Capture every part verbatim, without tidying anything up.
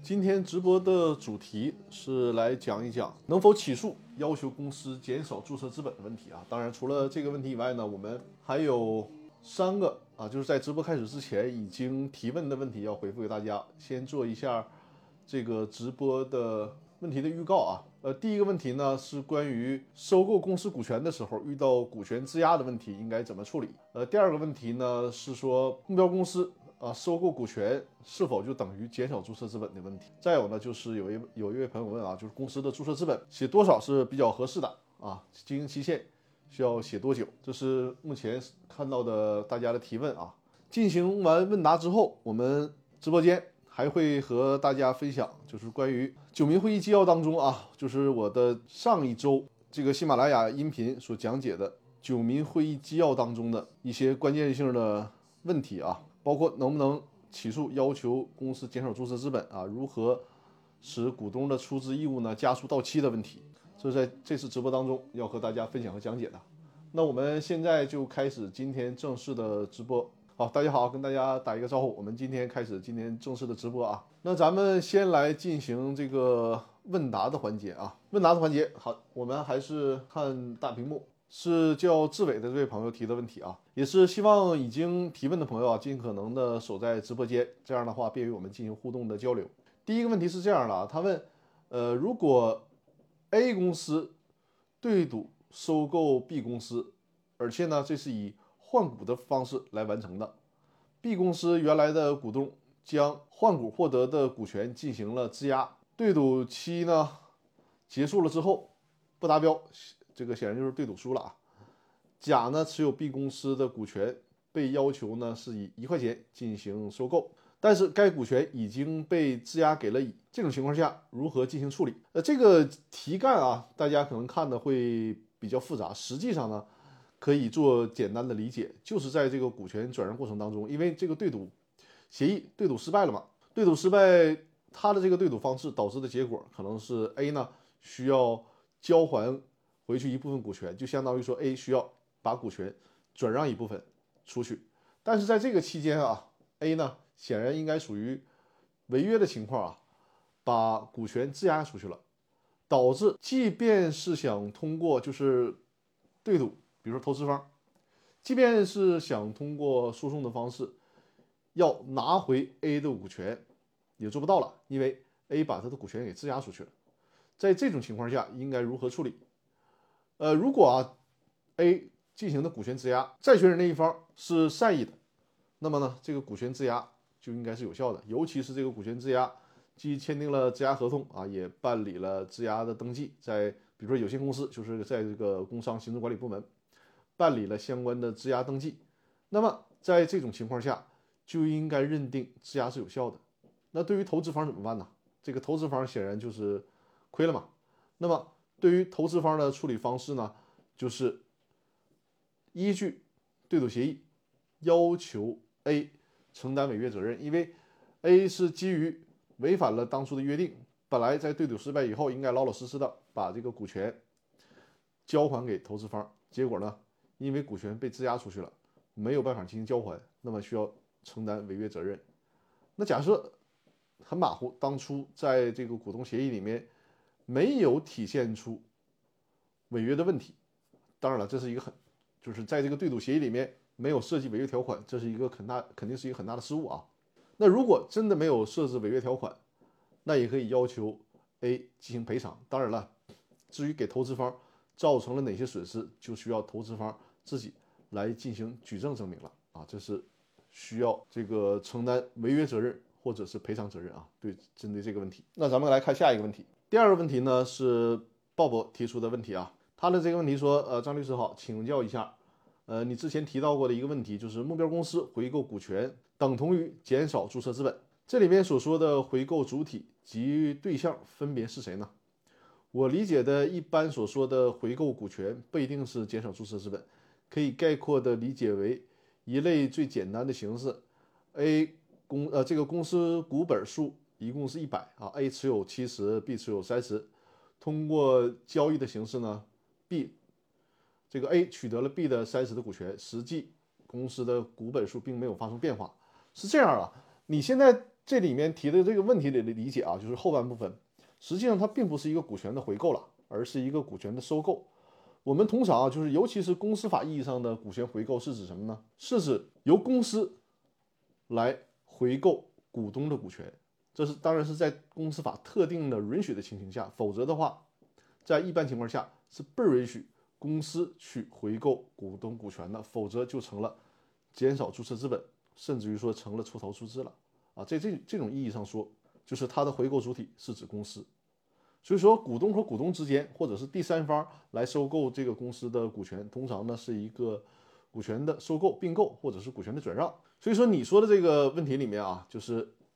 今天直播的主题是来讲一讲能否起诉要求公司减少注册资本的问题啊。当然，除了这个问题以外呢，我们还有三个啊，就是在直播开始之前已经提问的问题要回复给大家。先做一下这个直播的问题的预告啊。呃，第一个问题呢是关于收购公司股权的时候遇到股权质押的问题应该怎么处理。呃，第二个问题呢是说目标公司啊，收购股权是否就等于减少注册资本的问题？再有呢，就是有一有一位朋友问啊，就是公司的注册资本写多少是比较合适的啊？经营期限需要写多久？这是目前看到的大家的提问啊。进行完问答之后，我们直播间还会和大家分享，就是关于九民会议纪要当中啊，就是我的上一周这个喜马拉雅音频所讲解的九民会议纪要当中的一些关键性的问题啊。包括能不能起诉要求公司减少注册资本啊？如何使股东的出资义务呢加速到期的问题？这是在这次直播当中要和大家分享和讲解的。那我们现在就开始今天正式的直播。好，大家好，跟大家打一个招呼。我们今天开始今天正式的直播啊。那咱们先来进行这个问答的环节啊。问答的环节，好，我们还是看大屏幕。是叫志伟的这位朋友提的问题啊，也是希望已经提问的朋友啊，尽可能的守在直播间，这样的话便于我们进行互动的交流。第一个问题是这样的啊，他问，呃，如果 A 公司对赌收购 B 公司，而且呢，这是以换股的方式来完成的 ，B 公司原来的股东将换股获得的股权进行了质押，对赌期呢结束了之后不达标。这个显然就是对赌输了啊。甲呢持有 B 公司的股权，被要求呢是以一块钱进行收购，但是该股权已经被质押给了乙。这种情况下如何进行处理？呃，这个题干啊，大家可能看的会比较复杂，实际上呢可以做简单的理解，就是在这个股权转让过程当中，因为这个对赌协议对赌失败了嘛，对赌失败，它的这个对赌方式导致的结果可能是 A 呢需要交还回去一部分股权，就相当于说 A 需要把股权转让一部分出去，但是在这个期间啊 ，A 呢显然应该属于违约的情况啊，把股权质押出去了，导致即便是想通过就是对赌，比如说投资方，即便是想通过诉讼的方式要拿回 A 的股权，也做不到了，因为 A 把他的股权给质押出去了。在这种情况下，应该如何处理？呃，如果啊 A 进行的股权质押，债权人那一方是善意的，那么呢，这个股权质押就应该是有效的。尤其是这个股权质押，既签订了质押合同啊，也办理了质押的登记，在比如说有限公司，就是在这个工商行政管理部门办理了相关的质押登记，那么在这种情况下，就应该认定质押是有效的。那对于投资方怎么办呢？这个投资方显然就是亏了嘛。那么对于投资方的处理方式呢，就是依据对赌协议要求 A 承担违约责任，因为 A 是基于违反了当初的约定，本来在对赌失败以后应该老老实实的把这个股权交还给投资方，结果呢，因为股权被质押出去了，没有办法进行交还，那么需要承担违约责任。那假设很马虎，当初在这个股东协议里面没有体现出违约的问题，当然了，这是一个很，就是在这个对赌协议里面没有设计违约条款，这是一个很大，肯定是一个很大的失误啊。那如果真的没有设置违约条款，那也可以要求 A 进行赔偿。当然了，至于给投资方造成了哪些损失，就需要投资方自己来进行举证证明了啊，这是需要这个承担违约责任或者是赔偿责任啊。对，针对这个问题，那咱们来看下一个问题。第二个问题呢是鲍勃提出的问题啊，他的这个问题说，呃，张律师好，请教一下，呃，你之前提到过的一个问题，就是目标公司回购股权等同于减少注册资本，这里面所说的回购主体及对象分别是谁呢？我理解的一般所说的回购股权不一定是减少注册资本，可以概括的理解为一类最简单的形式 ，A 公呃这个公司股本数一共是一百啊 ，A 持有七十 ，B 持有三十，通过交易的形式呢 ，B 这个 A 取得了 B 的三十的股权，实际公司的股本数并没有发生变化，是这样啊。你现在这里面提的这个问题的理解啊，就是后半部分，实际上它并不是一个股权的回购了，而是一个股权的收购。我们通常啊，就是尤其是公司法意义上的股权回购是指什么呢？是指由公司来回购股东的股权，这是当然是在公司法特定的允许的情形下，否则的话，在一般情况下是不允许公司去回购股东股权的，否则就成了减少注册资本，甚至于说成了出逃出资了啊。在这这种意义上说，就是它的回购主体是指公司。所以说，股东和股东之间，或者是第三方来收购这个公司的股权，通常呢是一个股权的收购、并购，或者是股权的转让。所以说，你说的这个问题里面啊，就是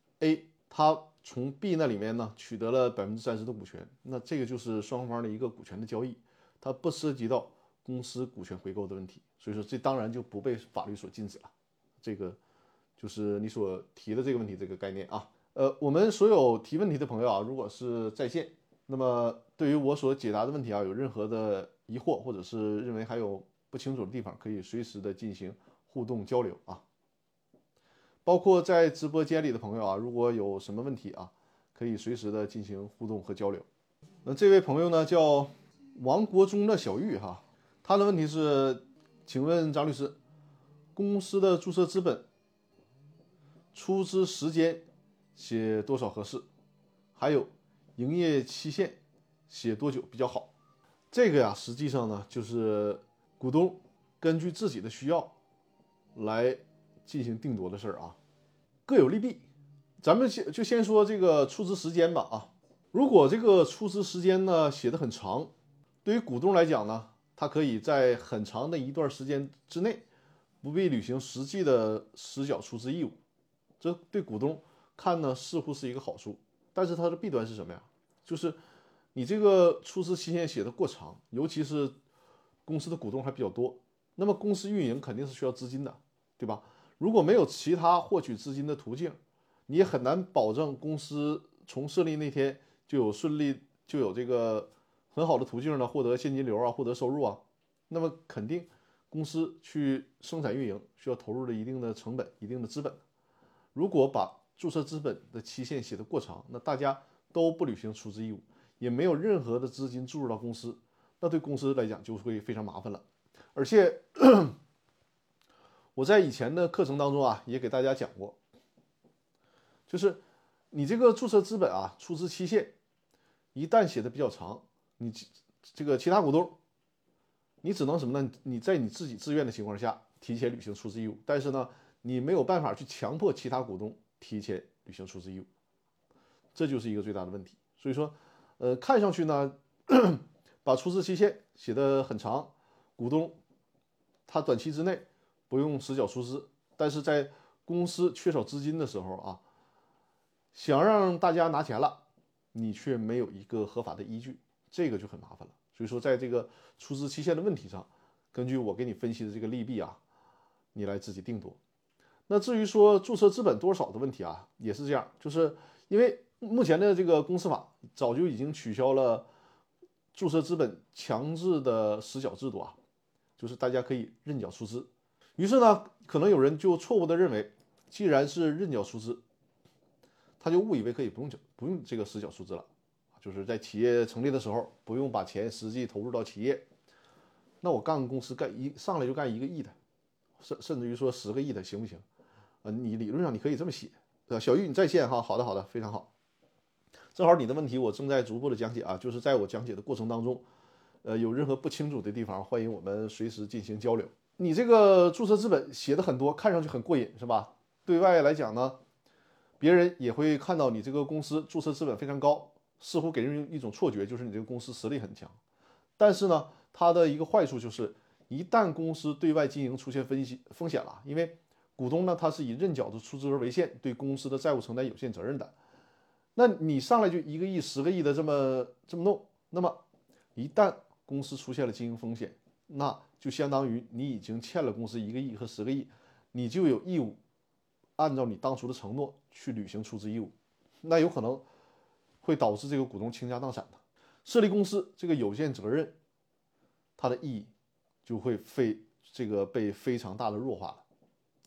A 他从 B 那里面呢取得了百分之三十的股权，那这个就是双方的一个股权的交易，它不涉及到公司股权回购的问题。所以说，这当然就不被法律所禁止了。这个就是你所提的这个问题这个概念啊。呃，我们所有提问题的朋友啊，如果是在线。那么对于我所解答的问题啊，有任何的疑惑，或者是认为还有不清楚的地方，可以随时的进行互动交流啊。包括在直播间里的朋友啊，如果有什么问题啊，可以随时的进行互动和交流。那这位朋友呢叫王国忠的小玉哈，他的问题是，请问张律师，公司的注册资本出资时间写多少合适？还有营业期限写多久比较好？这个呀，实际上呢，就是股东根据自己的需要来进行定夺的事儿啊，各有利弊。咱们先就先说这个出资时间吧啊。如果这个出资时间呢写得很长，对于股东来讲呢，他可以在很长的一段时间之内不必履行实际的实缴出资义务，这对股东看呢似乎是一个好处。但是它的弊端是什么呀？就是你这个出资期限写的过长，尤其是公司的股东还比较多，那么公司运营肯定是需要资金的，对吧？如果没有其他获取资金的途径，你也很难保证公司从设立那天就有顺利就有这个很好的途径呢，获得现金流啊，获得收入啊。那么肯定公司去生产运营需要投入了一定的成本、一定的资本。如果把注册资本的期限写得过长，那大家都不履行出资义务，也没有任何的资金注入到公司，那对公司来讲就会非常麻烦了。而且我在以前的课程当中啊，也给大家讲过，就是你这个注册资本啊，出资期限一旦写的比较长，你这个其他股东，你只能什么呢？你在你自己自愿的情况下提前履行出资义务，但是呢，你没有办法去强迫其他股东提前履行出资义务，这就是一个最大的问题。所以说，呃，看上去呢，把出资期限写得很长，股东他短期之内不用实缴出资，但是在公司缺少资金的时候啊，想让大家拿钱了，你却没有一个合法的依据，这个就很麻烦了。所以说，在这个出资期限的问题上，根据我给你分析的这个利弊啊，你来自己定夺。那至于说注册资本多少的问题啊，也是这样，就是因为目前的这个公司法早就已经取消了注册资本强制的实缴制度啊，就是大家可以认缴出资。于是呢，可能有人就错误的认为，既然是认缴出资，他就误以为可以不用缴不用这个实缴出资了，就是在企业成立的时候不用把钱实际投入到企业。那我干公司干一上来就干一个亿的，甚甚至于说十个亿的，行不行？呃，你理论上你可以这么写，对吧？小玉你在线哈，好的好的，非常好。正好你的问题我正在逐步的讲解啊，就是在我讲解的过程当中，呃，有任何不清楚的地方，欢迎我们随时进行交流。你这个注册资本写的很多，看上去很过瘾，是吧？对外来讲呢，别人也会看到你这个公司注册资本非常高，似乎给人一种错觉，就是你这个公司实力很强。但是呢，它的一个坏处就是，一旦公司对外经营出现分析风险了，因为股东呢，他是以认缴的出资额为限，对公司的债务承担有限责任的。那你上来就一个亿、十个亿的这么这么弄，那么一旦公司出现了经营风险，那就相当于你已经欠了公司一个亿和十个亿，你就有义务按照你当初的承诺去履行出资义务，那有可能会导致这个股东倾家荡产的。设立公司这个有限责任，它的意义就会非这个被非常大的弱化了。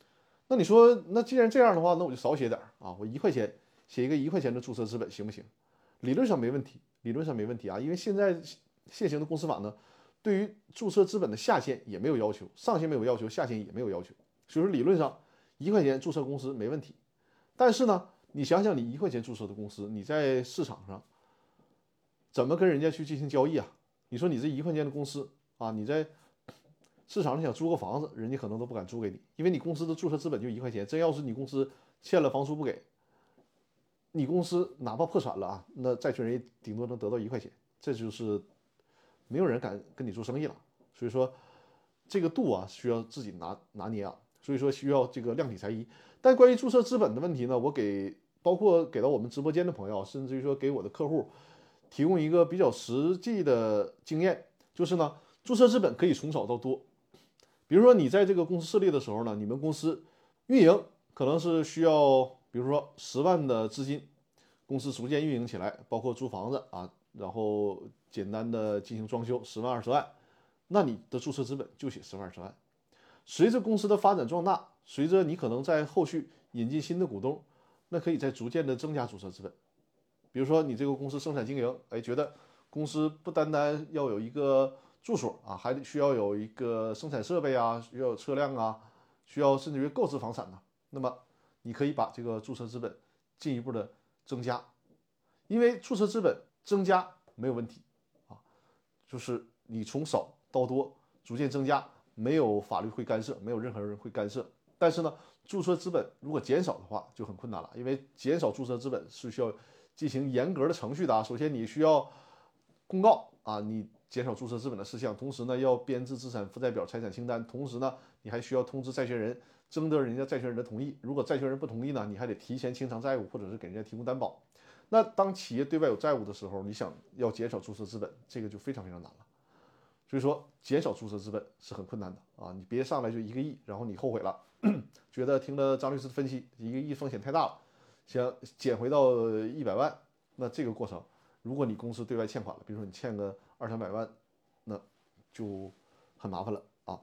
那你说，那既然这样的话，那我就少写点啊，我一块钱写一个一块钱的注册资本行不行？理论上没问题，理论上没问题啊，因为现在现行的公司法呢，对于注册资本的下限也没有要求，上限没有要求，下限也没有要求，所以说理论上一块钱注册公司没问题。但是呢，你想想，你一块钱注册的公司，你在市场上怎么跟人家去进行交易啊？你说你这一块钱的公司啊，你在市场上想租个房子，人家可能都不敢租给你，因为你公司的注册资本就一块钱。真要是你公司欠了房租不给，你公司哪怕破产了啊，那债权人也顶多能得到一块钱，这就是没有人敢跟你做生意了。所以说这个度啊，需要自己拿拿捏啊。所以说需要这个量体裁衣。但关于注册资本的问题呢，我给包括给到我们直播间的朋友，甚至于说给我的客户提供一个比较实际的经验，就是呢，注册资本可以从少到多。比如说你在这个公司设立的时候呢，你们公司运营可能是需要，比如说十万的资金，公司逐渐运营起来，包括租房子啊，然后简单的进行装修，十万二十万，那你的注册资本就写十万二十万。随着公司的发展壮大，随着你可能在后续引进新的股东，那可以再逐渐的增加注册资本。比如说你这个公司生产经营，哎，觉得公司不单单要有一个住所啊，还需要有一个生产设备啊，需要有车辆啊，需要甚至于购置房产呢、啊。那么你可以把这个注册资本进一步的增加，因为注册资本增加没有问题啊，就是你从少到多逐渐增加，没有法律会干涉，没有任何人会干涉。但是呢，注册资本如果减少的话就很困难了，因为减少注册资本是需要进行严格的程序的啊。首先你需要公告啊，你减少注册资本的事项，同时呢要编制资产负债表、财产清单，同时呢你还需要通知债权人，征得人家债权人的同意。如果债权人不同意呢，你还得提前清偿债务，或者是给人家提供担保。那当企业对外有债务的时候，你想要减少注册资本，这个就非常非常难了。所以说，减少注册资本是很困难的啊！你别上来就一个亿，然后你后悔了，觉得听了张律师的分析，一个亿风险太大了，想减回到一百万，那这个过程，如果你公司对外欠款了，比如说你欠个二三百万，那就很麻烦了啊。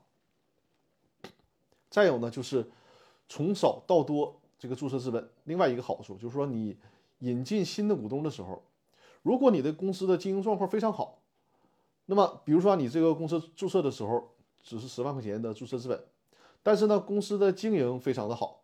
再有呢，就是从少到多这个注册资本，另外一个好处就是说，你引进新的股东的时候，如果你的公司的经营状况非常好，那么比如说你这个公司注册的时候只是十万块钱的注册资本，但是呢，公司的经营非常的好，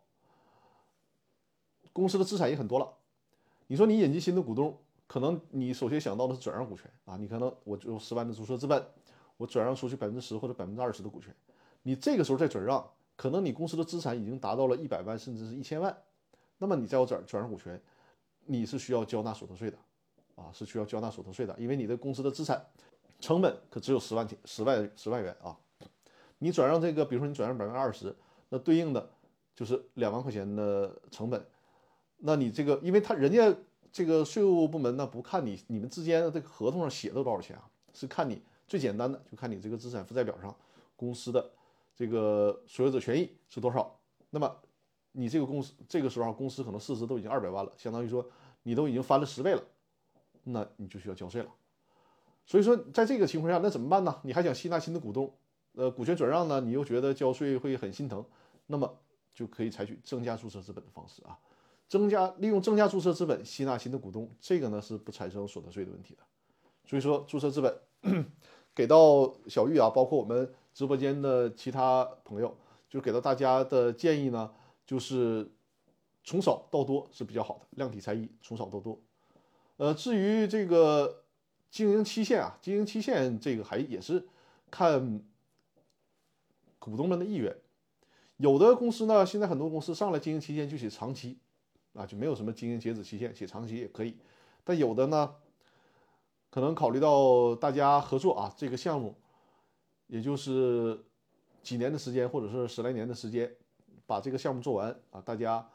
公司的资产也很多了。你说你引进新的股东，可能你首先想到的是转让股权啊，你可能我就十万的注册资本，我转让出去百分之十或者百分之二十的股权，你这个时候再转让，可能你公司的资产已经达到了一百万甚至是一千万，那么你再要转转让股权，你是需要交纳所得税的啊，是需要交纳所得税的，因为你的公司的资产成本可只有十万十万十万元啊，你转让这个，比如说你转让百分之二十，那对应的就是两万块钱的成本。那你这个，因为他人家这个税务部门呢，不看你你们之间的这个合同上写的多少钱啊，是看你最简单的，就看你这个资产负债表上公司的这个所有者权益是多少。那么你这个公司这个时候公司可能市值都已经二百万了，相当于说你都已经翻了十倍了，那你就需要交税了。所以说，在这个情况下，那怎么办呢？你还想吸纳新的股东，呃，股权转让呢？你又觉得交税会很心疼，那么就可以采取增加注册资本的方式啊，增加利用增加注册资本吸纳新的股东，这个呢是不产生所得税的问题的。所以说，注册资本给到小玉啊，包括我们直播间的其他朋友，就给到大家的建议呢，就是从少到多是比较好的，量体裁衣，从少到多。呃，至于这个经营期限啊，经营期限这个还也是看股东们的意愿。有的公司呢，现在很多公司上来经营期限就写长期，啊，就没有什么经营截止期限，写长期也可以。但有的呢，可能考虑到大家合作啊，这个项目也就是几年的时间，或者是十来年的时间，把这个项目做完啊，大家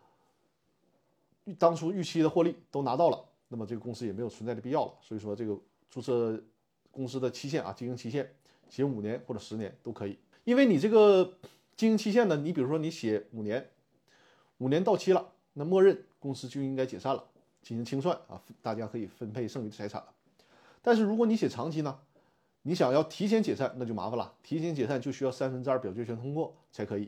当初预期的获利都拿到了，那么这个公司也没有存在的必要了。所以说，这个注册公司的期限啊，经营期限写五年或者十年都可以。因为你这个经营期限呢，你比如说你写五年，五年到期了，那默认公司就应该解散了，进行清算啊，大家可以分配剩余的财产了。但是如果你写长期呢，你想要提前解散，那就麻烦了。提前解散就需要三分之二表决权通过才可以，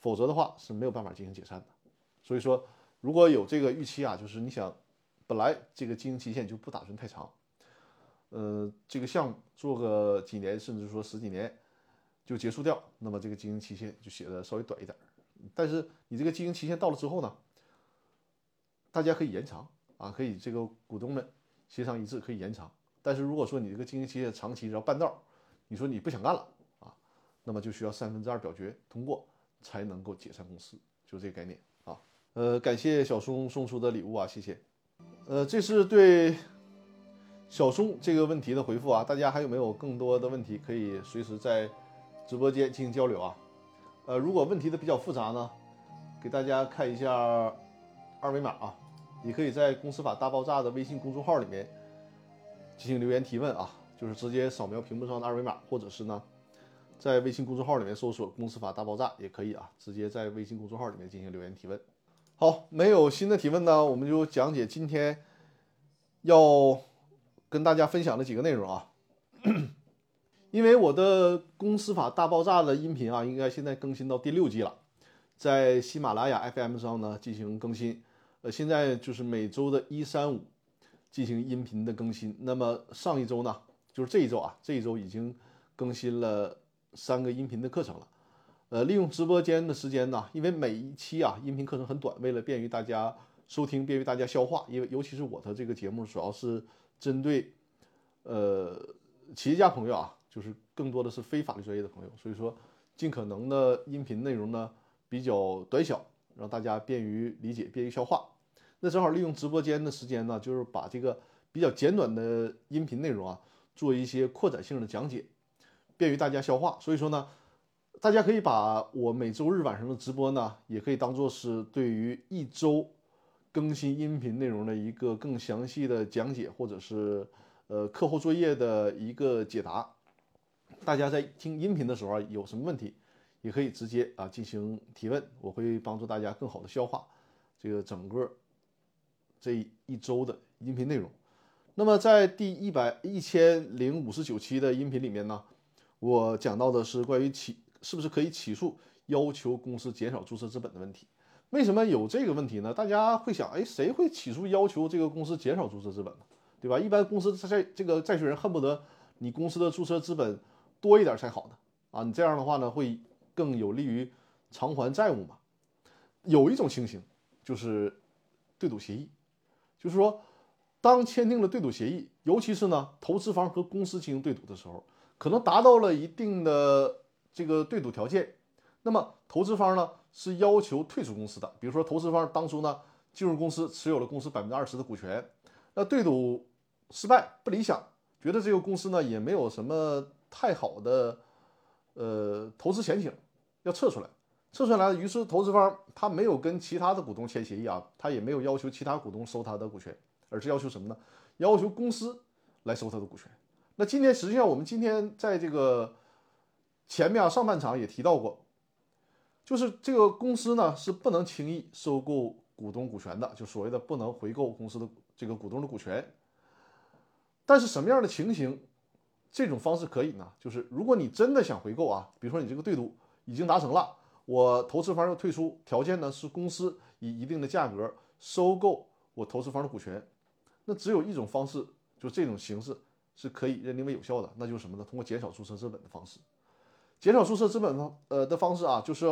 否则的话是没有办法进行解散的。所以说，如果有这个预期啊，就是你想本来这个经营期限就不打算太长，呃，这个项目做个几年，甚至说十几年就结束掉，那么这个经营期限就写的稍微短一点。但是你这个经营期限到了之后呢，大家可以延长啊，可以这个股东们协商一致可以延长。但是如果说你这个经营期限长期，然后半道你说你不想干了啊，那么就需要三分之二表决通过才能够解散公司，就这个概念啊。呃，感谢小松送出的礼物啊，谢谢。呃，这是对小松这个问题的回复啊，大家还有没有更多的问题可以随时在直播间进行交流啊？呃，如果问题的比较复杂呢，给大家看一下二维码啊，你可以在公司法大爆炸的微信公众号里面进行留言提问啊，就是直接扫描屏幕上的二维码，或者是呢，在微信公众号里面搜索公司法大爆炸也可以啊，直接在微信公众号里面进行留言提问。好，没有新的提问呢，我们就讲解今天要跟大家分享的几个内容啊。因为我的公司法大爆炸的音频啊，应该现在更新到第六季了，在喜马拉雅 F M 上呢进行更新。呃，现在就是每周的一三五进行音频的更新。那么上一周呢，就是这一周啊，这一周已经更新了三个音频的课程了。呃，利用直播间的时间呢，因为每一期啊音频课程很短，为了便于大家收听，便于大家消化，因为尤其是我的这个节目主要是针对呃企业家朋友啊，就是更多的是非法律专业的朋友，所以说尽可能的音频内容呢比较短小，让大家便于理解，便于消化。那正好利用直播间的时间呢，就是把这个比较简短的音频内容啊，做一些扩展性的讲解，便于大家消化。所以说呢，大家可以把我每周日晚上的直播呢，也可以当做是对于一周更新音频内容的一个更详细的讲解，或者是呃课后作业的一个解答。大家在听音频的时候啊，有什么问题，也可以直接啊进行提问，我会帮助大家更好的消化这个整个这一周的音频内容。那么在第一百一千零五十九期的音频里面呢，我讲到的是关于起是不是可以起诉要求公司减少注册资本的问题。为什么有这个问题呢？大家会想，哎，谁会起诉要求这个公司减少注册资本呢？对吧？一般公司在这个债权人恨不得你公司的注册资本多一点才好呢啊，你这样的话呢，会更有利于偿还债务嘛。有一种情形就是对赌协议，就是说，当签订了对赌协议，尤其是呢，投资方和公司进行对赌的时候，可能达到了一定的这个对赌条件，那么投资方呢是要求退出公司的。比如说，投资方当初呢进入公司，持有了公司百分之二十的股权，那对赌失败不理想，觉得这个公司呢也没有什么太好的呃投资前景，要撤出来。撤出来了，于是投资方他没有跟其他的股东签协议啊，他也没有要求其他股东收他的股权，而是要求什么呢？要求公司来收他的股权。那今天实际上我们今天在这个前面啊上半场也提到过，就是这个公司呢是不能轻易收购股东股权的，就所谓的不能回购公司的这个股东的股权。但是什么样的情形这种方式可以呢？就是如果你真的想回购啊，比如说你这个对赌已经达成了，我投资方要退出，条件呢是公司以一定的价格收购我投资方的股权，那只有一种方式，就这种形式是可以认定为有效的，那就是什么呢？通过减少注册资本的方式。减少注册资本的呃的方式啊，就是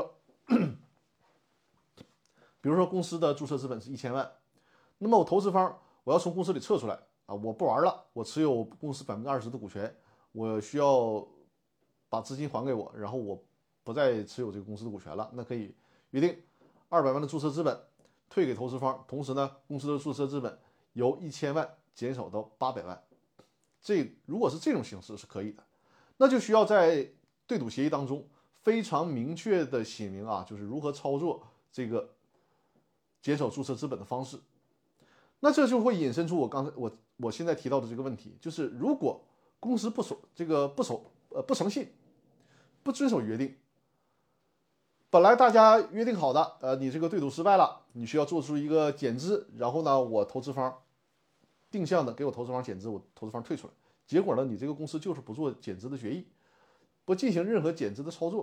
比如说公司的注册资本是一千万，那么我投资方我要从公司里撤出来啊，我不玩了，我持有公司百分之二十的股权，我需要把资金还给我，然后我不再持有这个公司的股权了，那可以约定二百万的注册资本退给投资方，同时呢，公司的注册资本由一千万减少到八百万。这如果是这种形式是可以的，那就需要在对赌协议当中非常明确的写明啊，就是如何操作这个减少注册资本的方式。那这就会引申出我刚才我我现在提到的这个问题，就是如果公司不守这个不守呃不诚信，不遵守约定，本来大家约定好的，呃，你这个对赌失败了，你需要做出一个减资，然后呢，我投资方定向的给我投资方减资，我投资方退出来，结果呢，你这个公司就是不做减资的决议，不进行任何减资的操作，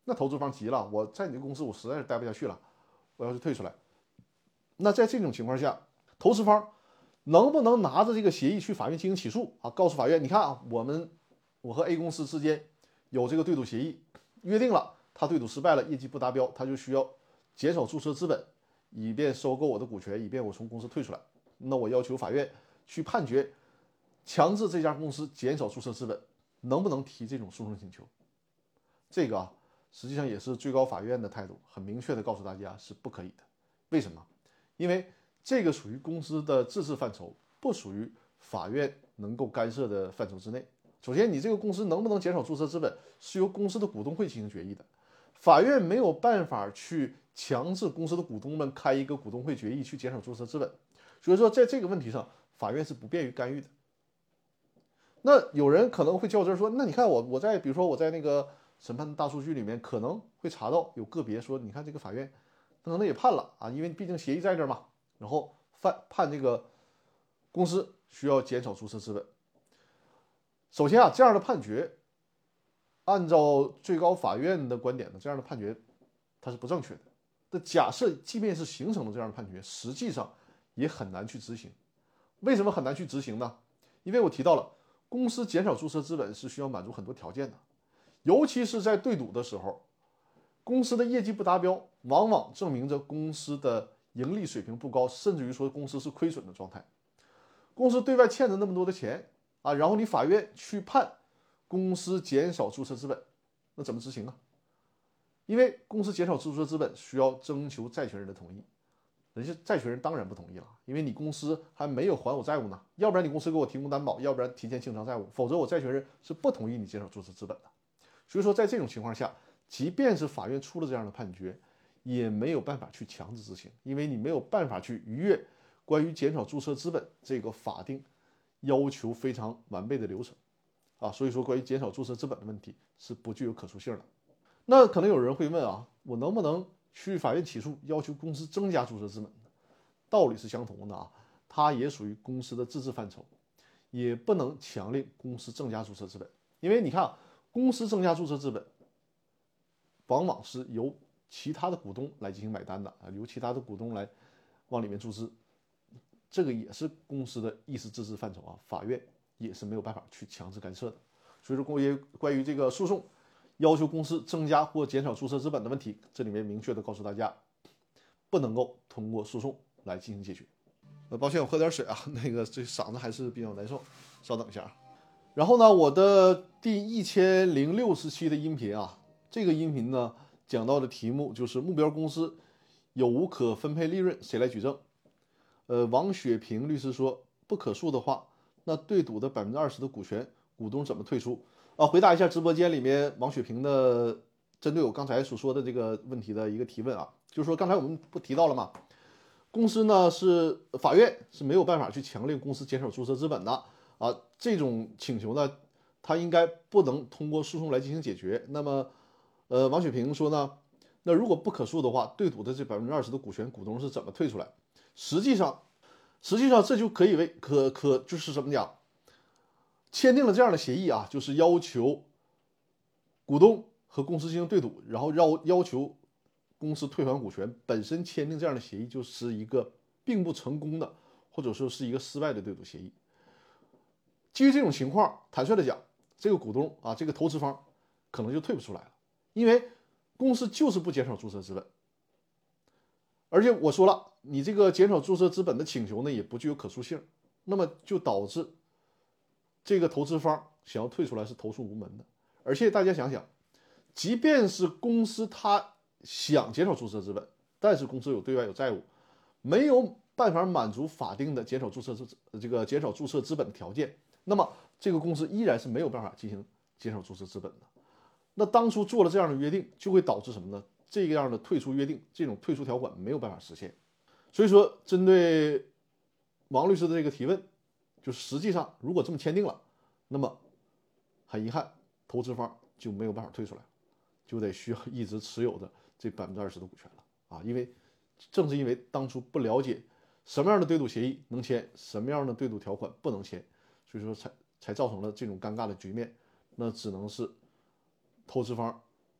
那投资方急了，我在你的公司我实在是待不下去了，我要是退出来。那在这种情况下，投资方能不能拿着这个协议去法院进行起诉啊？告诉法院，你看啊，我们我和 A 公司之间有这个对赌协议，约定了，他对赌失败了，业绩不达标，他就需要减少注册资本，以便收购我的股权，以便我从公司退出来。那我要求法院去判决，强制这家公司减少注册资本，能不能提这种诉讼请求？这个啊，实际上也是最高法院的态度，很明确的告诉大家是不可以的。为什么？因为这个属于公司的自治范畴，不属于法院能够干涉的范畴之内。首先，你这个公司能不能减少注册资本，是由公司的股东会进行决议的，法院没有办法去强制公司的股东们开一个股东会决议去减少注册资本。所以说，在这个问题上，法院是不便于干预的。那有人可能会较真说，那你看我我在比如说我在那个审判大数据里面可能会查到有个别说，你看这个法院可能也判了啊，因为毕竟协议在这儿嘛，然后判判这个公司需要减少注册资本。首先啊，这样的判决，按照最高法院的观点呢，这样的判决它是不正确的。那假设即便是形成了这样的判决，实际上也很难去执行。为什么很难去执行呢？因为我提到了，公司减少注册资本是需要满足很多条件的，尤其是在对赌的时候，公司的业绩不达标，往往证明着公司的盈利水平不高，甚至于说公司是亏损的状态。公司对外欠着那么多的钱啊，然后你法院去判公司减少注册资本，那怎么执行啊？因为公司减少注册资本需要征求债权人的同意，人家债权人当然不同意了，因为你公司还没有还我债务呢，要不然你公司给我提供担保，要不然提前清偿债务，否则我债权人是不同意你减少注册资本的。所以说，在这种情况下，即便是法院出了这样的判决，也没有办法去强制执行，因为你没有办法去逾越关于减少注册资本这个法定要求非常完备的流程啊。所以说，关于减少注册资本的问题是不具有可塑性的。那可能有人会问啊，我能不能去法院起诉，要求公司增加注册资本？道理是相同的啊，它也属于公司的自治范畴，也不能强令公司增加注册资本，因为你看啊，公司增加注册资本，往往是由其他的股东来进行买单的啊，由其他的股东来往里面注资，这个也是公司的意识自治范畴啊，法院也是没有办法去强制干涉的。所以说，关于关于这个诉讼要求公司增加或减少注册资本的问题，这里面明确的告诉大家，不能够通过诉讼来进行解决。呃，抱歉，我喝点水啊，那个这嗓子还是比较难受，稍等一下啊。然后呢，我的第一千零六十期的音频啊，这个音频呢讲到的题目就是目标公司有无可分配利润，谁来举证？呃，王雪平律师说，不可诉的话，那对赌的百分之二十的股权，股东怎么退出？啊，回答一下直播间里面王雪平的针对我刚才所说的这个问题的一个提问啊，就是说刚才我们不提到了吗？公司呢是法院是没有办法去强令公司减少注册资本的啊，这种请求呢，它应该不能通过诉讼来进行解决。那么，呃，王雪平说呢，那如果不可诉的话，对赌的这百分之二十的股权，股东是怎么退出来？实际上，实际上这就可以为可可就是怎么讲？签订了这样的协议啊，就是要求股东和公司进行对赌，然后要要求公司退还股权。本身签订这样的协议就是一个并不成功的，或者说是一个失败的对赌协议。基于这种情况，坦率的讲，这个股东啊，这个投资方可能就退不出来了，因为公司就是不减少注册资本。而且我说了，你这个减少注册资本的请求呢，也不具有可塑性，那么就导致这个投资方想要退出来是投诉无门的。而且大家想想，即便是公司它想减少注册资本，但是公司有对外有债务，没有办法满足法定的减少注册资这个减少注册资本的条件，那么这个公司依然是没有办法进行减少注册资本的。那当初做了这样的约定，就会导致什么呢？这样的退出约定，这种退出条款没有办法实现。所以说，针对王律师的这个提问，就实际上如果这么签订了，那么很遗憾，投资方就没有办法退出来，就得需要一直持有的这百分之二十的股权了啊！因为正是因为当初不了解什么样的对赌协议能签，什么样的对赌条款不能签，所以说才才造成了这种尴尬的局面。那只能是投资方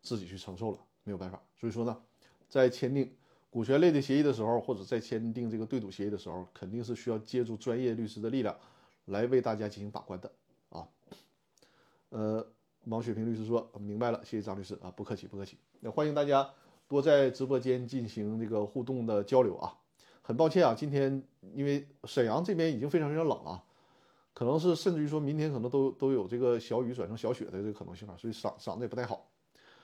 自己去承受了，没有办法。所以说呢，在签订股权类的协议的时候，或者在签订这个对赌协议的时候，肯定是需要借助专业律师的力量来为大家进行把关的啊。呃，王雪平律师说明白了，谢谢张律师啊，不客气不客气。那欢迎大家多在直播间进行这个互动的交流啊。很抱歉啊，今天因为沈阳这边已经非常非常冷了，可能是甚至于说明天可能都都有这个小雨转成小雪的这个可能性吧，所以嗓嗓子也不太好。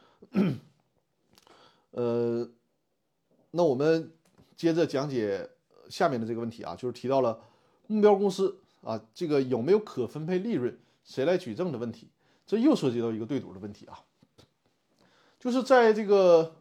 呃。那我们接着讲解下面的这个问题啊，就是提到了目标公司啊，这个有没有可分配利润，谁来举证的问题，这又涉及到一个对赌的问题啊，就是在这个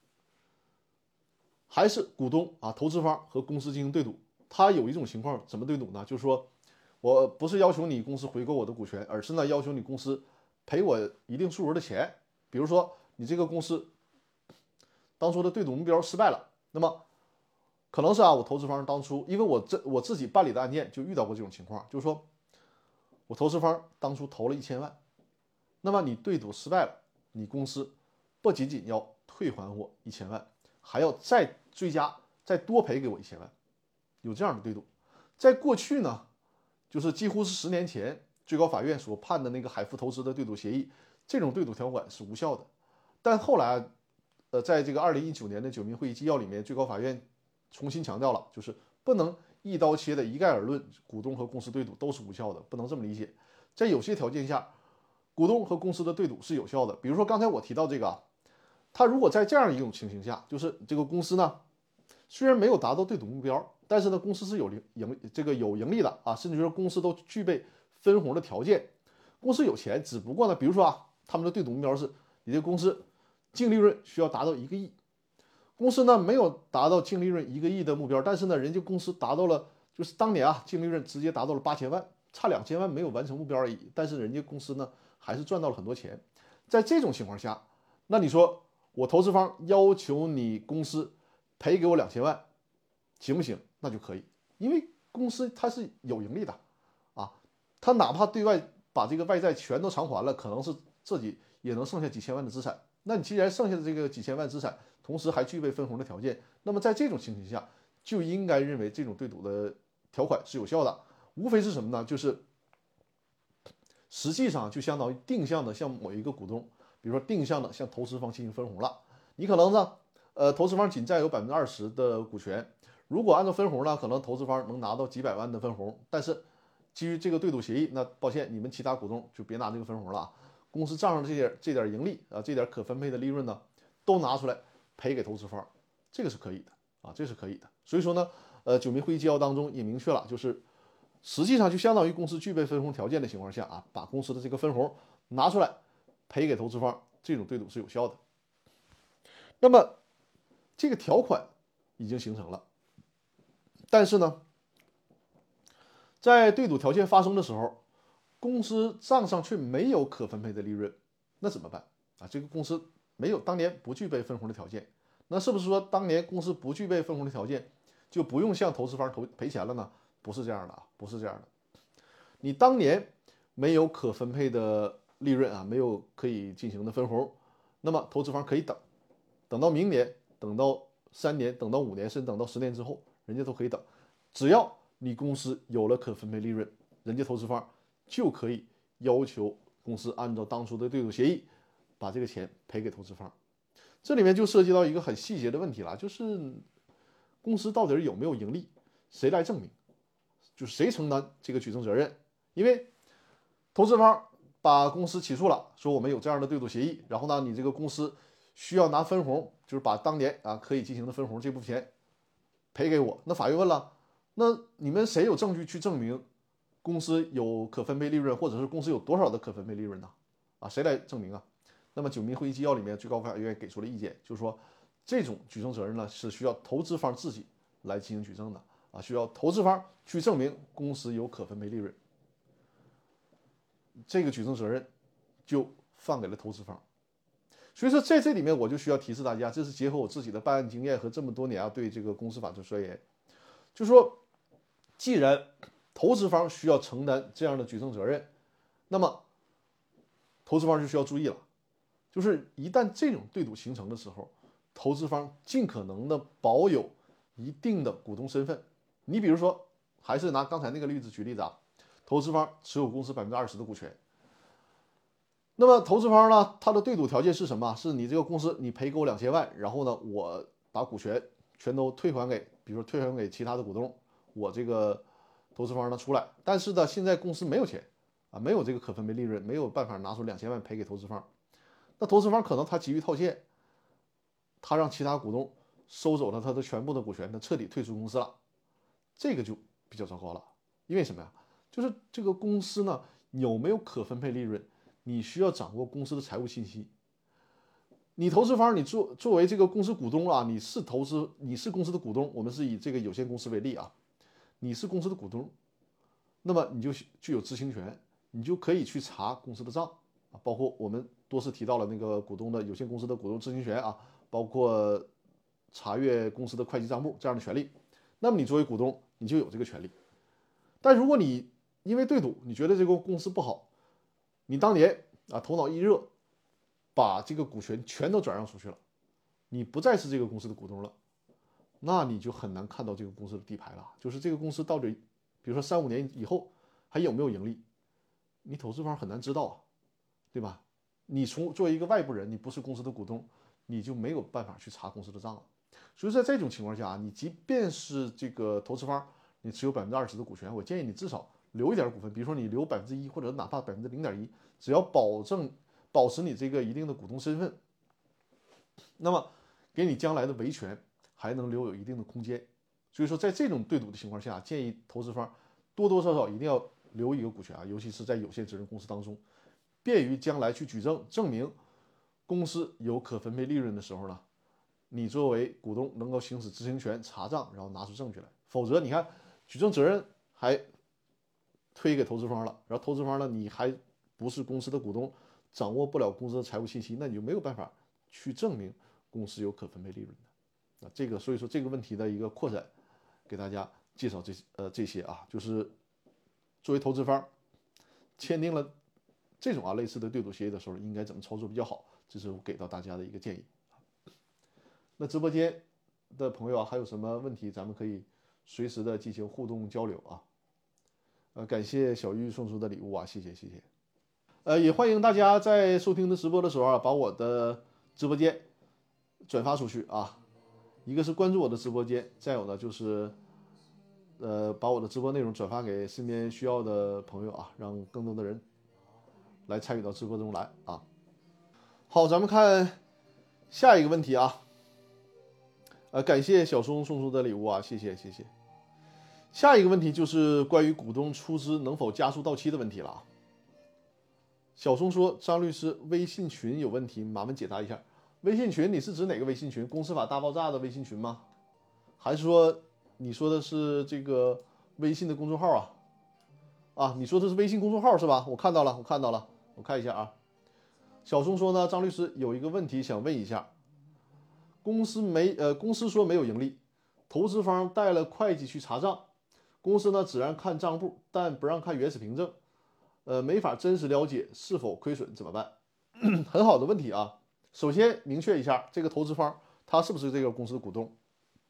还是股东啊、投资方和公司进行对赌，他有一种情况怎么对赌呢？就是说我不是要求你公司回购我的股权，而是呢要求你公司赔我一定数额的钱，比如说你这个公司当初的对赌目标失败了，那么可能是啊，我投资方当初因为我这我自己办理的案件就遇到过这种情况，就是说我投资方当初投了一千万，那么你对赌失败了，你公司不仅仅要退还我一千万，还要再追加再多赔给我一千万，有这样的对赌。在过去呢，就是几乎是十年前最高法院所判的那个海富投资的对赌协议，这种对赌条款是无效的，但后来呃，在这个二零一九年的九民会议纪要里面，最高法院重新强调了，就是不能一刀切的一概而论，股东和公司对赌都是无效的，不能这么理解。在有些条件下，股东和公司的对赌是有效的。比如说刚才我提到这个，他如果在这样一种情形下，就是这个公司呢，虽然没有达到对赌目标，但是呢，公司是有盈这个有盈利的啊，甚至说公司都具备分红的条件，公司有钱，只不过呢，比如说啊，他们的对赌目标是你这个公司净利润需要达到一个亿，公司呢没有达到净利润一个亿的目标，但是呢，人家公司达到了，就是当年啊净利润直接达到了八千万，差两千万没有完成目标而已，但是人家公司呢还是赚到了很多钱。在这种情况下，那你说我投资方要求你公司赔给我两千万，行不行？那就可以，因为公司它是有盈利的啊，他哪怕对外把这个外债全都偿还了，可能是自己也能剩下几千万的资产。那你既然剩下的这个几千万资产，同时还具备分红的条件，那么在这种情形下，就应该认为这种对赌的条款是有效的。无非是什么呢？就是实际上就相当于定向的向某一个股东，比如说定向的向投资方进行分红了。你可能呢，呃，投资方仅占有百分之二十的股权，如果按照分红呢，可能投资方能拿到几百万的分红，但是基于这个对赌协议，那抱歉，你们其他股东就别拿这个分红了啊。公司账上这点这点盈利啊，这点可分配的利润呢，都拿出来赔给投资方，这个是可以的啊，这是可以的。所以说呢，呃，九民会议纪要当中也明确了，就是实际上就相当于公司具备分红条件的情况下啊，把公司的这个分红拿出来赔给投资方，这种对赌是有效的。那么这个条款已经形成了，但是呢，在对赌条件发生的时候，公司账上却没有可分配的利润，那怎么办啊？这个公司没有当年不具备分红的条件，那是不是说当年公司不具备分红的条件，就不用向投资方投赔钱了呢？不是这样的啊，不是这样的。你当年没有可分配的利润啊，没有可以进行的分红，那么投资方可以等，等到明年，等到三年，等到五年，甚至等到十年之后，人家都可以等。只要你公司有了可分配利润，人家投资方就可以要求公司按照当初的对赌协议，把这个钱赔给投资方。这里面就涉及到一个很细节的问题了，就是公司到底有没有盈利，谁来证明？就是谁承担这个举证责任？因为投资方把公司起诉了，说我们有这样的对赌协议，然后呢，你这个公司需要拿分红，就是把当年啊可以进行的分红这部分钱赔给我。那法院问了，那你们谁有证据去证明公司有可分配利润，或者是公司有多少的可分配利润呢？啊，谁来证明啊？那么九民会议纪要里面最高法院给出了意见，就是说这种举证责任呢是需要投资方自己来进行举证的啊，需要投资方去证明公司有可分配利润，这个举证责任就放给了投资方。所以说在这里面我就需要提示大家，这是结合我自己的办案经验和这么多年啊对这个公司法的钻研，就是说既然投资方需要承担这样的举证责任，那么投资方就需要注意了。 就是一旦这种对赌形成的时候，投资方尽可能的保有一定的股东身份。你比如说，还是拿刚才那个例子举例子啊，投资方持有公司百分之二十的股权，那么投资方呢，他的对赌条件是什么？是你这个公司你赔给我两千万，然后呢，我把股权全都退还给，比如说退还给其他的股东，我这个投资方呢出来，但是呢，现在公司没有钱啊，没有这个可分配利润，没有办法拿出两千万赔给投资方，那投资方可能他急于套现，他让其他股东收走了他的全部的股权，他彻底退出公司了，这个就比较糟糕了。因为什么呀？就是这个公司呢有没有可分配利润，你需要掌握公司的财务信息。你投资方，你作作为这个公司股东啊，你是投资，你是公司的股东，我们是以这个有限公司为例啊，你是公司的股东，那么你就具有知情权，你就可以去查公司的账啊，包括我们多次提到了那个股东的有限公司的股东知情权啊，包括查阅公司的会计账簿这样的权利。那么你作为股东，你就有这个权利。但如果你因为对赌，你觉得这个公司不好，你当年啊头脑一热，把这个股权全都转让出去了，你不再是这个公司的股东了，那你就很难看到这个公司的底牌了。就是这个公司到底，比如说三五年以后还有没有盈利，你投资方很难知道啊，对吧？你从作为一个外部人，你不是公司的股东，你就没有办法去查公司的账了。所以在这种情况下，你即便是这个投资方，你持有百分之二十的股权，我建议你至少留一点股份，比如说你留百分之一，或者哪怕百分之零点一，只要保证保持你这个一定的股东身份，那么给你将来的维权还能留有一定的空间。所以说，在这种对赌的情况下，建议投资方多多少少一定要留一个股权啊，尤其是在有限责任公司当中，便于将来去举证，证明公司有可分配利润的时候呢，你作为股东能够行使知情权、查账，然后拿出证据来。否则，你看举证责任还推给投资方了，然后投资方呢，你还不是公司的股东，掌握不了公司的财务信息，那你就没有办法去证明公司有可分配利润的。啊，这个所以说这个问题的一个扩展，给大家介绍这呃这些啊，就是作为投资方签订了这种啊类似的对赌协议的时候，应该怎么操作比较好，这是我给到大家的一个建议。那直播间的朋友啊，还有什么问题，咱们可以随时的进行互动交流啊。呃，感谢小玉送出的礼物啊，谢谢谢谢。呃，也欢迎大家在收听的直播的时候啊，把我的直播间转发出去啊。一个是关注我的直播间，再有呢就是呃把我的直播内容转发给身边需要的朋友啊，让更多的人来参与到直播中来啊。好，咱们看下一个问题啊。呃，感谢小松送出的礼物啊，谢谢谢谢。下一个问题就是关于股东出资能否加速到期的问题了啊。小松说，张律师，微信群有问题，麻烦解答一下。微信群你是指哪个微信群？公司法大爆炸的微信群吗？还是说你说的是这个微信的公众号啊？啊，你说的是微信公众号是吧？我看到了，我看到了，我看一下啊。小松说呢，张律师有一个问题想问一下，公司没呃公司说没有盈利，投资方带了会计去查账，公司呢只让看账簿，但不让看原始凭证，呃没法真实了解是否亏损怎么办？很好的问题啊。首先明确一下，这个投资方他是不是这个公司的股东？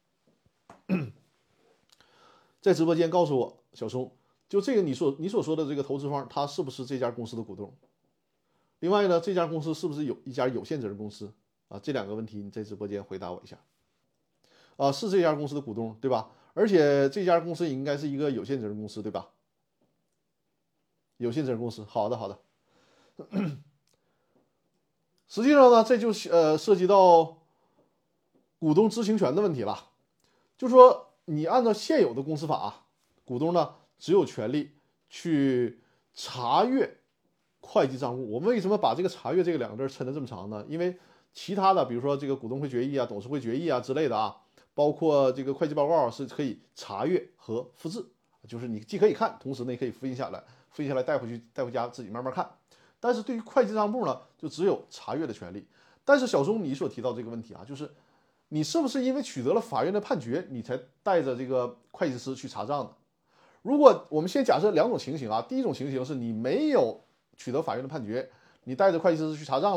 在直播间告诉我，小松，就这个你所你所说的这个投资方，他是不是这家公司的股东？另外呢，这家公司是不是有一家有限责任公司啊？这两个问题你在直播间回答我一下。啊，是这家公司的股东，对吧？而且这家公司应该是一个有限责任公司，对吧？有限责任公司，好的好的。实际上呢，这就呃涉及到股东知情权的问题了。就说你按照现有的公司法啊，股东呢只有权利去查阅会计账簿。我们为什么把这个查阅这个两个字抻得这么长呢？因为其他的，比如说这个股东会决议啊、董事会决议啊之类的啊，包括这个会计报告是可以查阅和复制，就是你既可以看，同时呢也可以复印下来，复印下来带回去带回家自己慢慢看。但是对于会计账簿呢，就只有查阅的权利。但是小松你所提到这个问题啊，就是你是不是因为取得了法院的判决，你才带着这个会计师去查账的？如果我们先假设两种情形啊，第一种情形是你没有取得法院的判决，你带着会计师去查账了，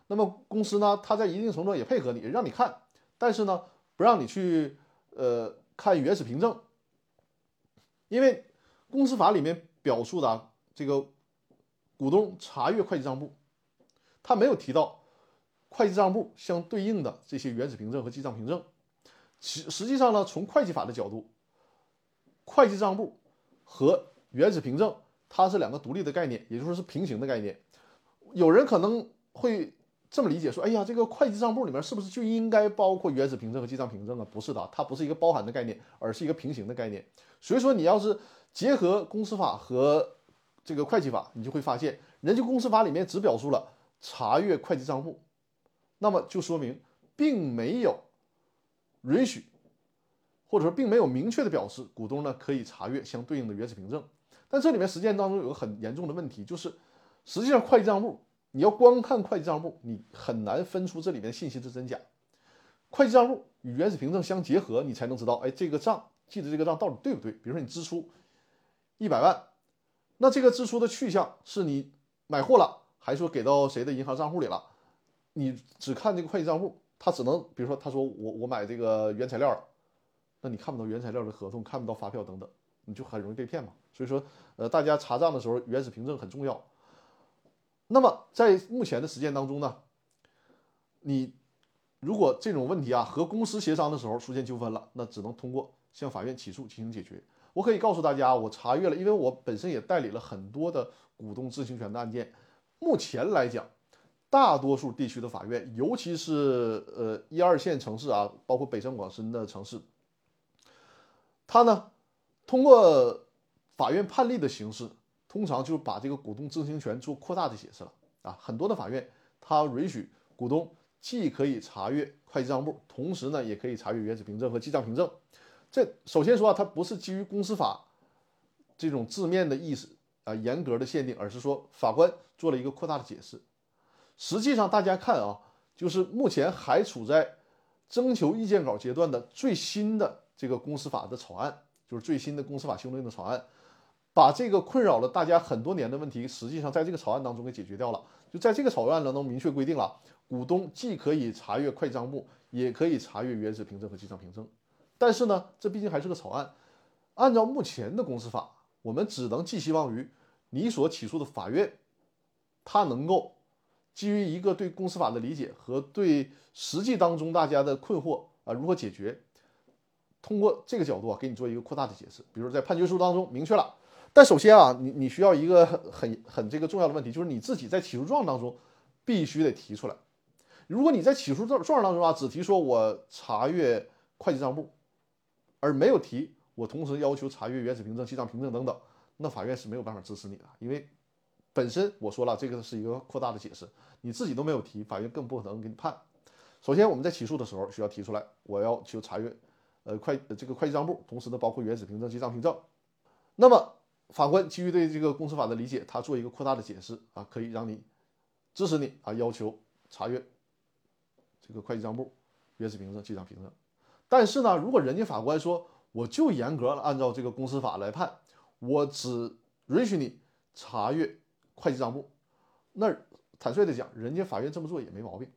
那么公司呢，它在一定程度上也配合你，让你看，但是呢，不让你去呃看原始凭证，因为公司法里面表述的、啊、这个股东查阅会计账簿，它没有提到会计账簿相对应的这些原始凭证和记账凭证。实实际上呢，从会计法的角度，会计账簿和原始凭证它是两个独立的概念，也就是是平行的概念。有人可能会这么理解说，哎呀，这个会计账簿里面是不是就应该包括原始凭证和记账凭证啊？不是的，它不是一个包含的概念，而是一个平行的概念。所以说，你要是结合公司法和这个会计法，你就会发现，人家公司法里面只表述了查阅会计账簿，那么就说明并没有允许，或者说并没有明确的表示股东呢可以查阅相对应的原始凭证。但这里面实践当中有个很严重的问题，就是实际上会计账簿你要光看会计账簿，你很难分出这里面信息的真假。会计账簿与原始凭证相结合，你才能知道，哎，这个账记的这个账到底对不对？比如说你支出一百万，那这个支出的去向是你买货了，还是说给到谁的银行账户里了？你只看这个会计账簿，他只能比如说他说我我买这个原材料了，那你看不到原材料的合同，看不到发票等等，你就很容易被骗嘛。所以说，呃，大家查账的时候，原始凭证很重要。那么在目前的实践当中呢，你如果这种问题啊和公司协商的时候出现纠纷了，那只能通过向法院起诉进行解决。我可以告诉大家，我查阅了，因为我本身也代理了很多的股东知情权的案件。目前来讲，大多数地区的法院，尤其是呃一二线城市啊，包括北上广深的城市，它呢通过法院判例的形式，通常就把这个股东知情权做扩大的解释了啊。很多的法院它允许股东既可以查阅会计账簿，同时呢也可以查阅原始凭证和记账凭证。这首先说啊，它不是基于公司法这种字面的意思啊严格的限定，而是说法官做了一个扩大的解释。实际上大家看啊，就是目前还处在征求意见稿阶段的最新的这个公司法的草案，就是最新的公司法修订的草案，把这个困扰了大家很多年的问题，实际上在这个草案当中给解决掉了。就在这个草案当中明确规定了，股东既可以查阅会计账簿，也可以查阅原始凭证和记账凭证。但是呢，这毕竟还是个草案，按照目前的公司法，我们只能寄希望于你所起诉的法院，它能够基于一个对公司法的理解和对实际当中大家的困惑啊如何解决，通过这个角度啊给你做一个扩大的解释。比如在判决书当中明确了，但首先啊，你你需要一个很很这个重要的问题，就是你自己在起诉状当中必须得提出来。如果你在起诉状当中啊只提说我查阅会计账簿，而没有提我同时要求查阅原始凭证、记账凭证等等，那法院是没有办法支持你的，因为本身我说了，这个是一个扩大的解释，你自己都没有提，法院更不可能给你判。首先我们在起诉的时候需要提出来，我要求查阅呃会这个会计账簿，同时呢包括原始凭证、记账凭证。那么法官基于对这个公司法的理解，他做一个扩大的解释啊，可以让你支持你啊要求查阅这个会计账簿、原始凭证、记账凭证。但是呢，如果人家法官说我就严格按照这个公司法来判，我只允许你查阅会计账簿，那坦率的讲，人家法院这么做也没毛病。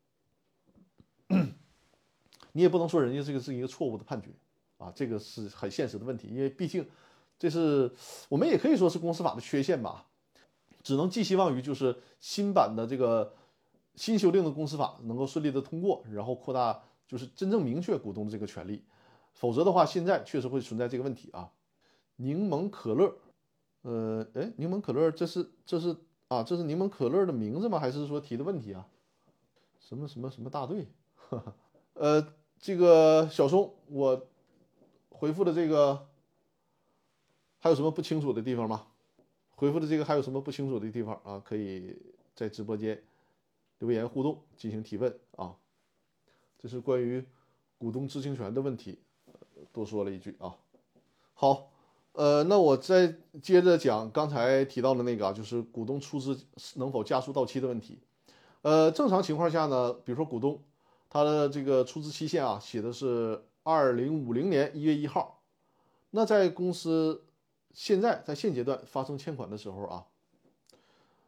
你也不能说人家这个是一个错误的判决啊，这个是很现实的问题，因为毕竟这是我们也可以说是公司法的缺陷吧，只能寄希望于就是新版的这个新修订的公司法能够顺利的通过，然后扩大就是真正明确股东的这个权利，否则的话，现在确实会存在这个问题啊。柠檬可乐，呃，哎，柠檬可乐，这是这是啊，这是柠檬可乐的名字吗？还是说提的问题啊？什么什么什么大队？呃，这个小松，我回复的这个还有什么不清楚的地方吗？回复的这个还有什么不清楚的地方啊？可以在直播间留言互动进行提问啊。这是关于股东知情权的问题，多说了一句啊。好，呃，那我再接着讲刚才提到的那个啊，就是股东出资能否加速到期的问题。呃，正常情况下呢，比如说股东他的这个出资期限啊，写的是二零五零年一月一号，那在公司现在在现阶段发生欠款的时候啊，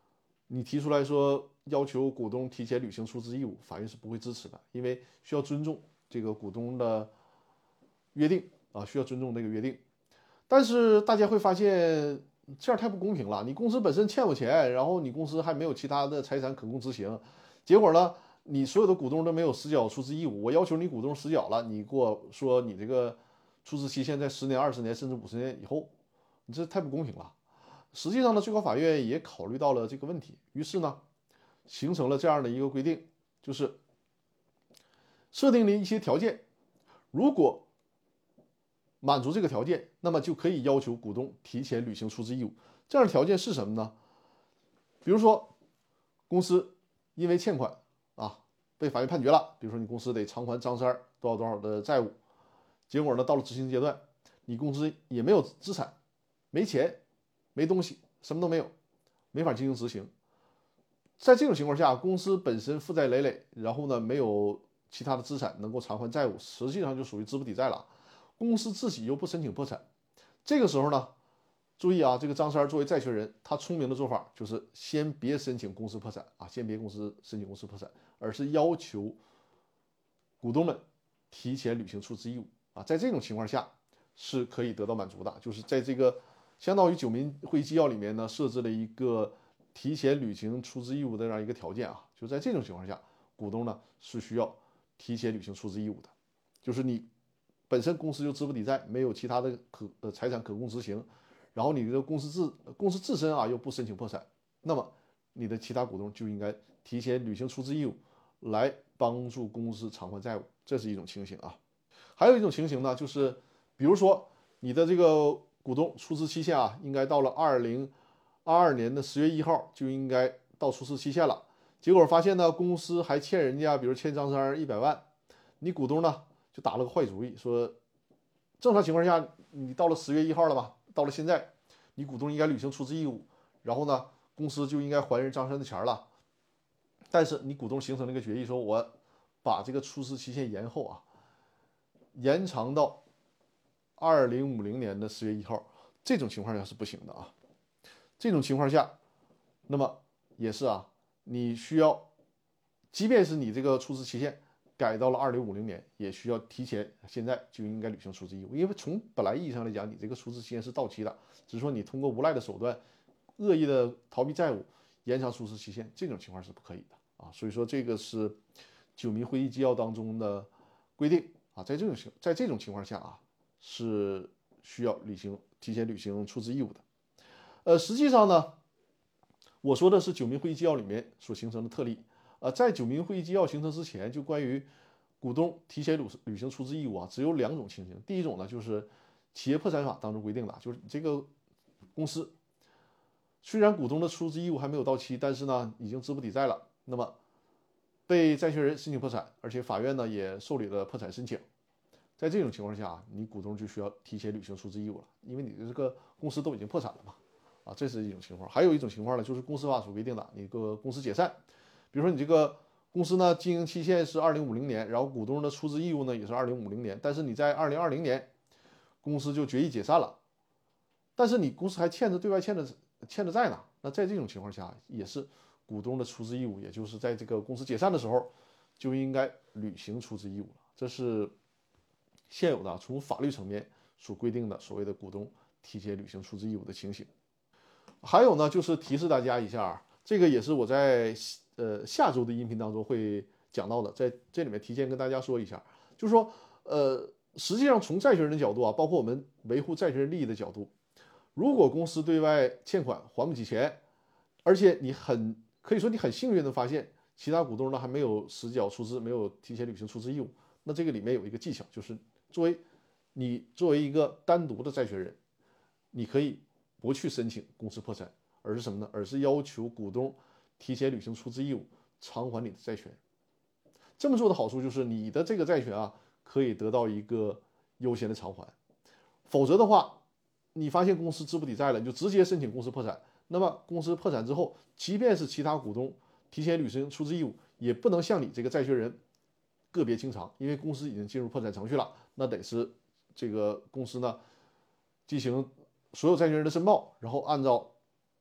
你提出来说要求股东提前履行出资义务，法院是不会支持的，因为需要尊重这个股东的约定啊，需要尊重这个约定。但是大家会发现这样太不公平了，你公司本身欠我钱，然后你公司还没有其他的财产可供执行，结果呢，你所有的股东都没有实缴出资义务，我要求你股东实缴了，你给我说你这个出资期限在十年、二十年甚至五十年以后，你这太不公平了。实际上呢，最高法院也考虑到了这个问题，于是呢，形成了这样的一个规定，就是设定了一些条件，如果满足这个条件，那么就可以要求股东提前履行出资义务。这样的条件是什么呢？比如说，公司因为欠款啊被法院判决了，比如说你公司得偿还张三多少多少的债务，结果呢到了执行阶段，你公司也没有资产，没钱，没东西，什么都没有，没法进行执行。在这种情况下，公司本身负债累累，然后呢没有其他的资产能够偿还债务，实际上就属于资不抵债了。公司自己又不申请破产，这个时候呢，注意啊，这个张三作为债权人，他聪明的做法就是先别申请公司破产啊，先别公司申请公司破产，而是要求股东们提前履行出资义务啊。在这种情况下是可以得到满足的，就是在这个相当于九民会议纪要里面呢设置了一个提前履行出资义务的这样一个条件啊，就在这种情况下，股东呢是需要提前履行出资义务的，就是你本身公司就资不抵债，没有其他的可呃财产可供执行，然后你的公司自公司自身啊又不申请破产，那么你的其他股东就应该提前履行出资义务，来帮助公司偿还债务，这是一种情形啊。还有一种情形呢，就是比如说你的这个股东出资期限啊，应该到了二零二二年的十月一号就应该到出资期限了，结果发现呢，公司还欠人家，比如欠张三一百万，你股东呢？就打了个坏主意，说正常情况下，你到了十月一号了吧？到了现在，你股东应该履行出资义务，然后呢，公司就应该还人张三的钱了。但是你股东形成了一个决议，说我把这个出资期限延后啊，延长到二零五零年的十月一号。这种情况下是不行的啊。这种情况下，那么也是啊，你需要，即便是你这个出资期限改到了二零五零年，也需要提前，现在就应该履行出资义务，因为从本来意义上来讲，你这个出资期限是到期的，只是说你通过无赖的手段，恶意的逃避债务，延长出资期限，这种情况是不可以的啊。所以说这个是九民会议纪要当中的规定啊，在这种情在这种情况下啊，是需要履行提前履行出资义务的。呃，实际上呢，我说的是九民会议纪要里面所形成的特例。呃，在九民会议纪要形成之前，就关于股东提前履履行出资义务啊，只有两种情形。第一种呢，就是企业破产法当中规定的，就是这个公司虽然股东的出资义务还没有到期，但是呢已经资不抵债了，那么被债权人申请破产，而且法院呢也受理了破产申请。在这种情况下，你股东就需要提前履行出资义务了，因为你的这个公司都已经破产了嘛。啊，这是一种情况。还有一种情况呢，就是公司法所规定的一个公司解散。比如说你这个公司呢经营期限是二零五零年，然后股东的出资义务呢也是二零五零年，但是你在二零二零年公司就决议解散了，但是你公司还欠着对外欠着欠着债呢，那在这种情况下也是股东的出资义务，也就是在这个公司解散的时候就应该履行出资义务了。这是现有的从法律层面所规定的所谓的股东提前履行出资义务的情形。还有呢，就是提示大家一下，这个也是我在呃下周的音频当中会讲到的，在这里面提前跟大家说一下，就是说，呃，实际上从债权人的角度啊，包括我们维护债权人利益的角度，如果公司对外欠款还不起钱，而且你很可以说你很幸运的发现其他股东呢还没有实缴出资，没有提前履行出资义务，那这个里面有一个技巧，就是作为你作为一个单独的债权人，你可以不去申请公司破产，而是什么呢？而是要求股东提前履行出资义务，偿还你的债权。这么做的好处就是你的这个债权啊，可以得到一个优先的偿还。否则的话，你发现公司资不抵债了，你就直接申请公司破产。那么公司破产之后，即便是其他股东提前履行出资义务，也不能向你这个债权人个别清偿，因为公司已经进入破产程序了，那得是这个公司呢进行所有债权人的申报，然后按照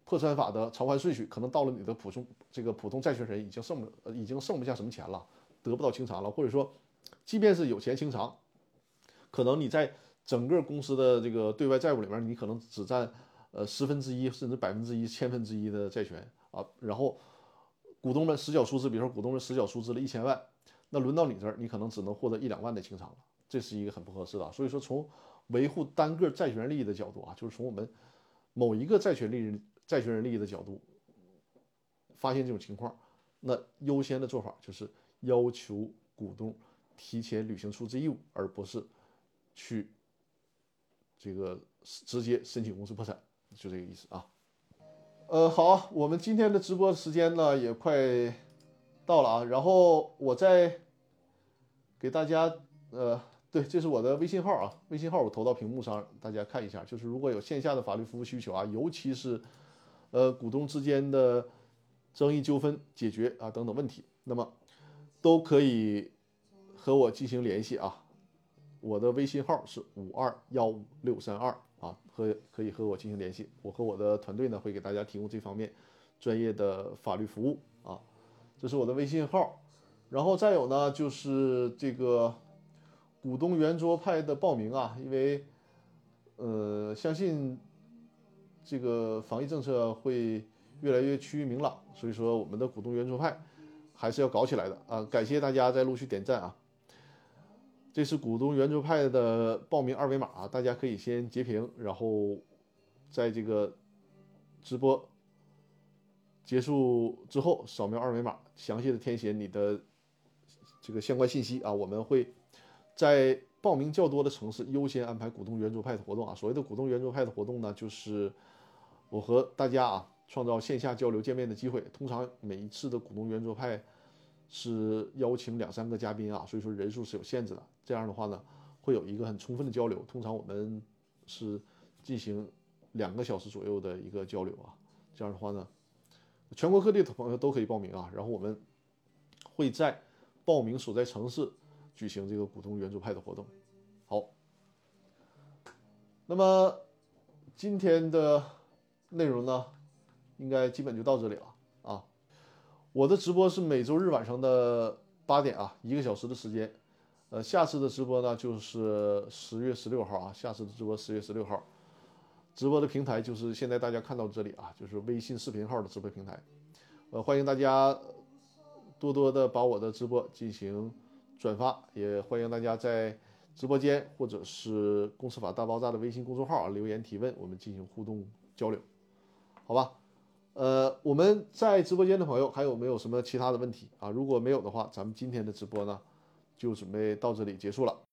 破产法的偿还顺序，可能到了你的普通这个普通债权人已经剩不呃已经剩不下什么钱了，得不到清偿了，或者说，即便是有钱清偿，可能你在整个公司的这个对外债务里面，你可能只占呃十分之一甚至百分之一、千分之一的债权啊，然后股东们实缴出资，比如说股东们实缴出资了一千万，那轮到你这儿，你可能只能获得一两万的清偿了，这是一个很不合适的。所以说，从维护单个债权人利益的角度啊，就是从我们某一个债权利益债权人利益的角度，发现这种情况，那优先的做法就是要求股东提前履行出资义务，而不是去这个直接申请公司破产，就这个意思啊。呃，好啊，我们今天的直播时间呢也快到了啊，然后我再给大家，呃，对，这是我的微信号啊，微信号我投到屏幕上，大家看一下。就是如果有线下的法律服务需求啊，尤其是呃股东之间的争议纠纷解决啊等等问题，那么都可以和我进行联系啊。我的微信号是五二幺五六三二啊，和可以和我进行联系。我和我的团队呢会给大家提供这方面专业的法律服务啊。这是我的微信号。然后再有呢，就是这个股东圆桌派的报名啊，因为呃，相信这个防疫政策会越来越趋于明朗，所以说我们的股东圆桌派还是要搞起来的啊！感谢大家在陆续点赞啊！这是股东圆桌派的报名二维码啊，大家可以先截屏，然后在这个直播结束之后扫描二维码，详细的填写你的这个相关信息啊，我们会在报名较多的城市优先安排股东圆桌派的活动啊。所谓的股东圆桌派的活动呢，就是我和大家啊创造线下交流见面的机会。通常每一次的股东圆桌派是邀请两三个嘉宾啊，所以说人数是有限制的。这样的话呢，会有一个很充分的交流。通常我们是进行两个小时左右的一个交流啊。这样的话呢，全国各地的朋友都可以报名啊。然后我们会在报名所在城市举行这个股东圆桌派的活动。好，那么今天的内容呢，应该基本就到这里了啊。我的直播是每周日晚上的八点啊，一个小时的时间。呃，下次的直播呢就是十月十六号啊，下次的直播十月十六号。直播的平台就是现在大家看到这里啊，就是微信视频号的直播平台。呃，欢迎大家多多的把我的直播进行转发，也欢迎大家在直播间或者是公司法大爆炸的微信公众号啊留言提问，我们进行互动交流，好吧？呃，我们在直播间的朋友还有没有什么其他的问题啊？如果没有的话，咱们今天的直播呢就准备到这里结束了。